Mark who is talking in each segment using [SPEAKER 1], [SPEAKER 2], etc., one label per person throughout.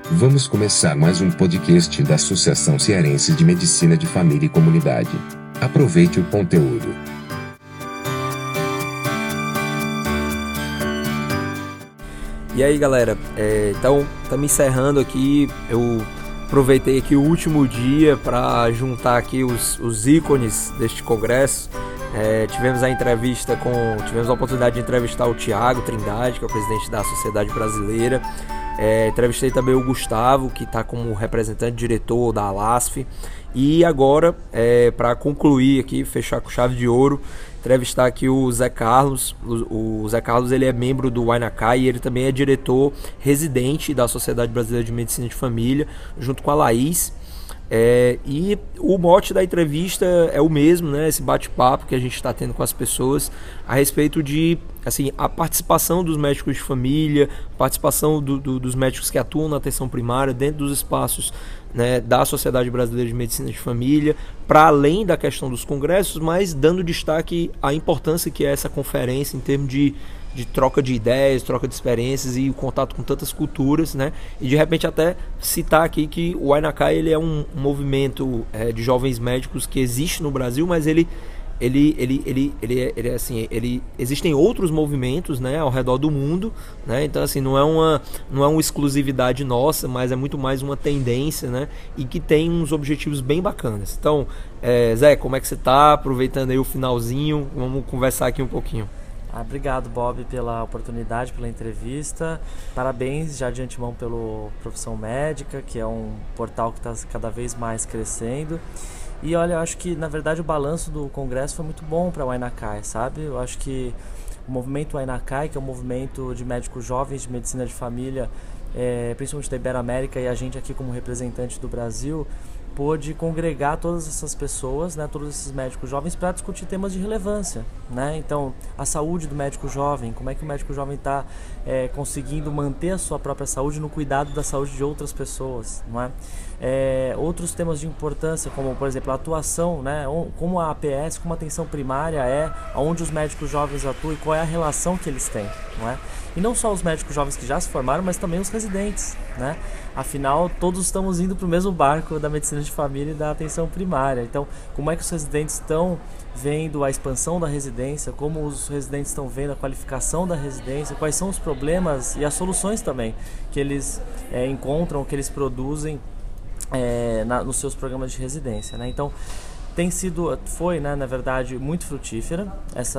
[SPEAKER 1] Vamos começar mais um podcast da Associação Cearense de Medicina de Família e Comunidade. Aproveite o conteúdo.
[SPEAKER 2] E aí, galera, então estamos encerrando aqui. Eu aproveitei aqui o último dia para juntar aqui os ícones deste congresso. Tivemos a oportunidade de entrevistar o Tiago Trindade, que é o presidente da Sociedade Brasileira. Entrevistei também o Gustavo, que está como representante diretor da ALASF. E agora, para concluir aqui, fechar com chave de ouro, entrevistar aqui o Zé Carlos. O Zé Carlos, ele é membro do Wainakai e ele também é diretor residente da Sociedade Brasileira de Medicina de Família, junto com a Laís. E o mote da entrevista é o mesmo, né? Esse bate-papo que a gente está tendo com as pessoas a respeito de a participação dos médicos de família, participação dos médicos que atuam na atenção primária dentro dos espaços, né, da Sociedade Brasileira de Medicina de Família, para além da questão dos congressos, mas dando destaque à importância que é essa conferência em termos de troca de ideias, troca de experiências e o contato com tantas culturas, né? E de repente até citar aqui que o Wainakai, ele é um movimento de jovens médicos que existe no Brasil, mas existem outros movimentos, né, ao redor do mundo, né? Então não é uma exclusividade nossa, mas é muito mais uma tendência, né? E que tem uns objetivos bem bacanas. Então, Zé, como é que você está? Aproveitando aí o finalzinho, vamos conversar aqui um pouquinho.
[SPEAKER 3] Obrigado, Bob, pela oportunidade, pela entrevista. Parabéns já de antemão pelo Profissão Médica, que é um portal que está cada vez mais crescendo. E olha, eu acho que na verdade o balanço do congresso foi muito bom para o Wainakai, sabe? Eu acho que o movimento Wainakai, que é um movimento de médicos jovens de medicina de família, principalmente da Iberoamérica, e a gente aqui como representante do Brasil, pôde congregar todas essas pessoas, né, todos esses médicos jovens, para discutir temas de relevância, né? Então, a saúde do médico jovem, como é que o médico jovem está conseguindo manter a sua própria saúde no cuidado da saúde de outras pessoas, não é? Outros temas de importância, como por exemplo a atuação, né, como a APS, como a atenção primária onde os médicos jovens atuam e qual é a relação que eles têm, não é? E não só os médicos jovens que já se formaram, mas também os residentes, né? Afinal, todos estamos indo para o mesmo barco da medicina de família e da atenção primária. Então, como é que os residentes estão vendo a expansão da residência, como os residentes estão vendo a qualificação da residência, quais são os problemas e as soluções também que eles encontram, que eles produzem nos seus programas de residência, né? Então, foi, né, na verdade, muito frutífera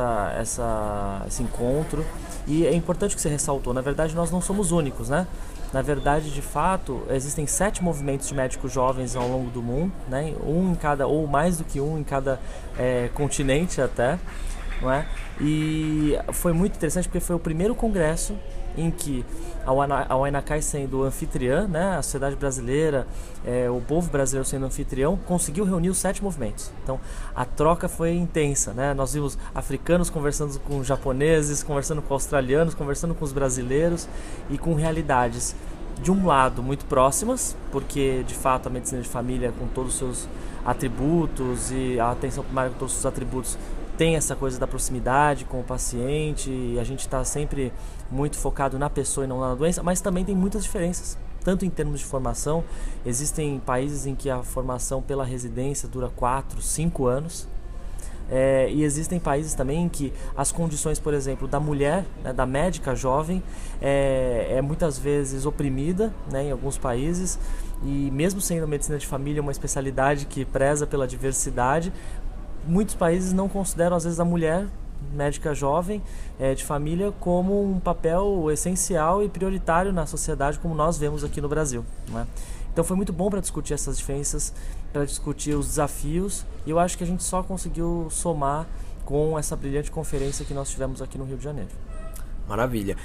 [SPEAKER 3] esse encontro. E é importante que você ressaltou, na verdade nós não somos únicos, né? Na verdade, de fato, existem 7 movimentos de médicos jovens ao longo do mundo, né? Um em cada, ou mais do que um em cada continente até, não é? E foi muito interessante porque foi o primeiro congresso em que a Wainakai sendo anfitriã, né, a sociedade brasileira, o povo brasileiro sendo anfitrião, conseguiu reunir os 7 movimentos. Então, a troca foi intensa, né? Nós vimos africanos conversando com japoneses, conversando com australianos, conversando com os brasileiros e com realidades, de um lado, muito próximas, porque, de fato, a medicina de família, com todos os seus atributos e a atenção primária com todos os seus atributos, tem essa coisa da proximidade com o paciente e a gente está sempre muito focado na pessoa e não na doença, mas também tem muitas diferenças, tanto em termos de formação. Existem países em que a formação pela residência dura 4, 5 anos, e existem países também em que as condições, por exemplo, da mulher, né, da médica jovem, é muitas vezes oprimida, né, em alguns países, e mesmo sendo a medicina de família uma especialidade que preza pela diversidade, muitos países não consideram, às vezes, a mulher médica jovem de família como um papel essencial e prioritário na sociedade, como nós vemos aqui no Brasil, não é? Então foi muito bom para discutir essas diferenças, para discutir os desafios, e eu acho que a gente só conseguiu somar com essa brilhante conferência que nós tivemos aqui no Rio de Janeiro.
[SPEAKER 2] Maravilha.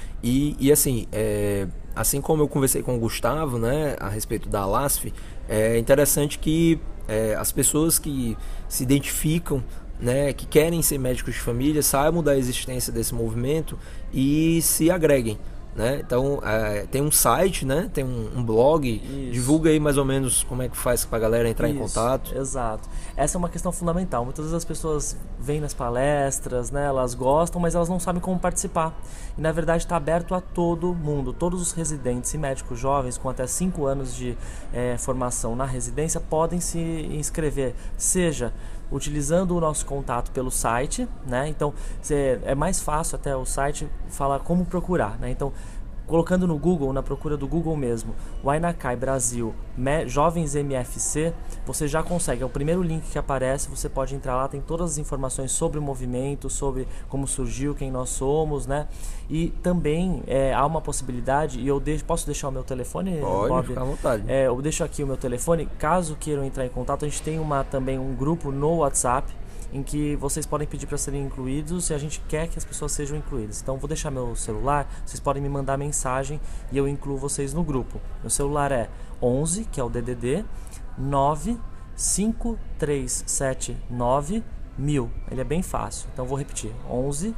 [SPEAKER 2] Assim como eu conversei com o Gustavo, né, a respeito da ALASF, é interessante que as pessoas que se identificam, né, que querem ser médicos de família, saibam da existência desse movimento e se agreguem, né? Então, tem um site, né? Tem um blog. Isso. Divulga aí mais ou menos como é que faz pra galera entrar em contato.
[SPEAKER 3] Exato. Essa é uma questão fundamental. Muitas vezes as pessoas vêm nas palestras, né? Elas gostam, mas elas não sabem como participar. E na verdade está aberto a todo mundo. Todos os residentes e médicos jovens com até 5 anos de formação na residência podem se inscrever, seja utilizando o nosso contato pelo site, né? Então é mais fácil até o site falar como procurar, né? Então, colocando no Google, na procura do Google mesmo, Wainakai Brasil Jovens MFC, você já consegue, é o primeiro link que aparece, você pode entrar lá, tem todas as informações sobre o movimento, sobre como surgiu, quem nós somos, né? E também há uma possibilidade, e eu posso deixar o meu telefone,
[SPEAKER 2] Bob?
[SPEAKER 3] Pode,
[SPEAKER 2] ficar à vontade.
[SPEAKER 3] Eu deixo aqui o meu telefone, caso queiram entrar em contato, a gente tem também um grupo no WhatsApp, em que vocês podem pedir para serem incluídos e a gente quer que as pessoas sejam incluídas. Então, vou deixar meu celular, vocês podem me mandar mensagem e eu incluo vocês no grupo. Meu celular é 11, que é o DDD, 95379 1000. Ele é bem fácil, então vou repetir. 11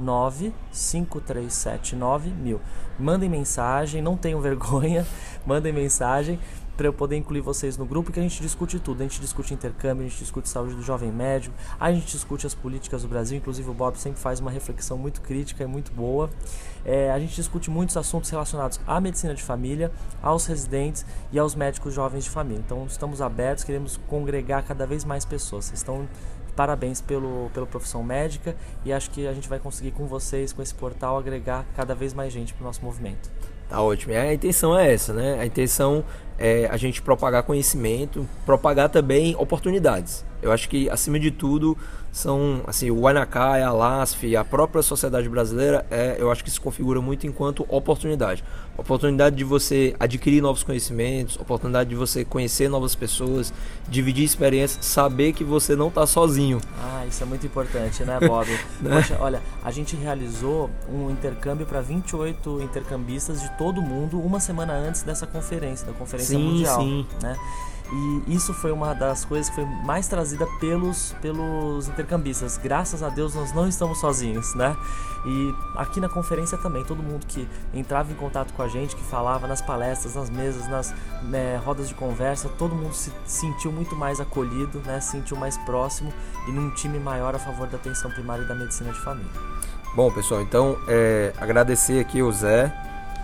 [SPEAKER 3] 95379 1000. Mandem mensagem, não tenham vergonha, mandem mensagem para eu poder incluir vocês no grupo, que a gente discute tudo. A gente discute intercâmbio, a gente discute saúde do jovem médico, a gente discute as políticas do Brasil, inclusive o Bob sempre faz uma reflexão muito crítica e muito boa. A gente discute muitos assuntos relacionados à medicina de família, aos residentes e aos médicos jovens de família. Então estamos abertos, queremos congregar cada vez mais pessoas. Vocês estão parabéns pela profissão médica e acho que a gente vai conseguir com vocês, com esse portal, agregar cada vez mais gente para o nosso movimento.
[SPEAKER 2] Tá ótimo. A intenção é essa, né? A intenção é a gente propagar conhecimento, propagar também oportunidades. Eu acho que, acima de tudo, são, assim, o Wainakai, a LASF, a própria sociedade brasileira, eu acho que se configura muito enquanto oportunidade. Oportunidade de você adquirir novos conhecimentos, oportunidade de você conhecer novas pessoas, dividir experiências, saber que você não está sozinho.
[SPEAKER 3] Isso é muito importante, né, Bob? Né? Poxa, olha, a gente realizou um intercâmbio para 28 intercambistas de todo mundo uma semana antes dessa conferência, da Conferência Mundial. Sim. Né? E isso foi uma das coisas que foi mais trazida pelos intercambistas. Graças a Deus nós não estamos sozinhos, né? E aqui na conferência também, todo mundo que entrava em contato com a gente, que falava nas palestras, nas mesas, nas rodas de conversa, todo mundo se sentiu muito mais acolhido, né? Se sentiu mais próximo e num time maior a favor da atenção primária e da medicina de família.
[SPEAKER 2] Bom, pessoal, então agradecer aqui o Zé.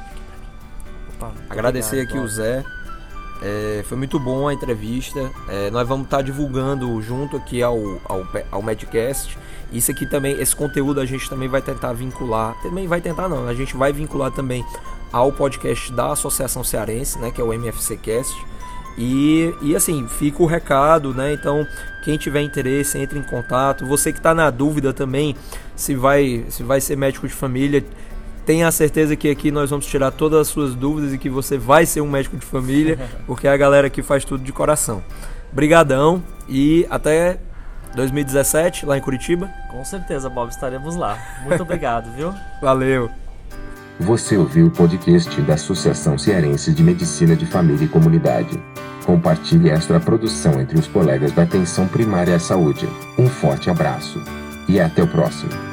[SPEAKER 2] Agradecer aqui o Zé. Foi muito bom a entrevista. Nós vamos estar divulgando junto aqui ao Medcast. Isso aqui também, esse conteúdo a gente também vai tentar vincular. Também vai tentar não, a gente vai vincular também ao podcast da Associação Cearense, né, que é o MFCcast. E assim, fica o recado, né? Então, quem tiver interesse, entre em contato. Você que está na dúvida também se vai ser médico de família, tenha a certeza que aqui nós vamos tirar todas as suas dúvidas e que você vai ser um médico de família, porque é a galera que faz tudo de coração. Brigadão e até 2017 lá em Curitiba.
[SPEAKER 3] Com certeza, Bob, estaremos lá. Muito obrigado, viu?
[SPEAKER 2] Valeu.
[SPEAKER 1] Você ouviu o podcast da Associação Cearense de Medicina de Família e Comunidade. Compartilhe esta produção entre os colegas da Atenção Primária à Saúde. Um forte abraço e até o próximo.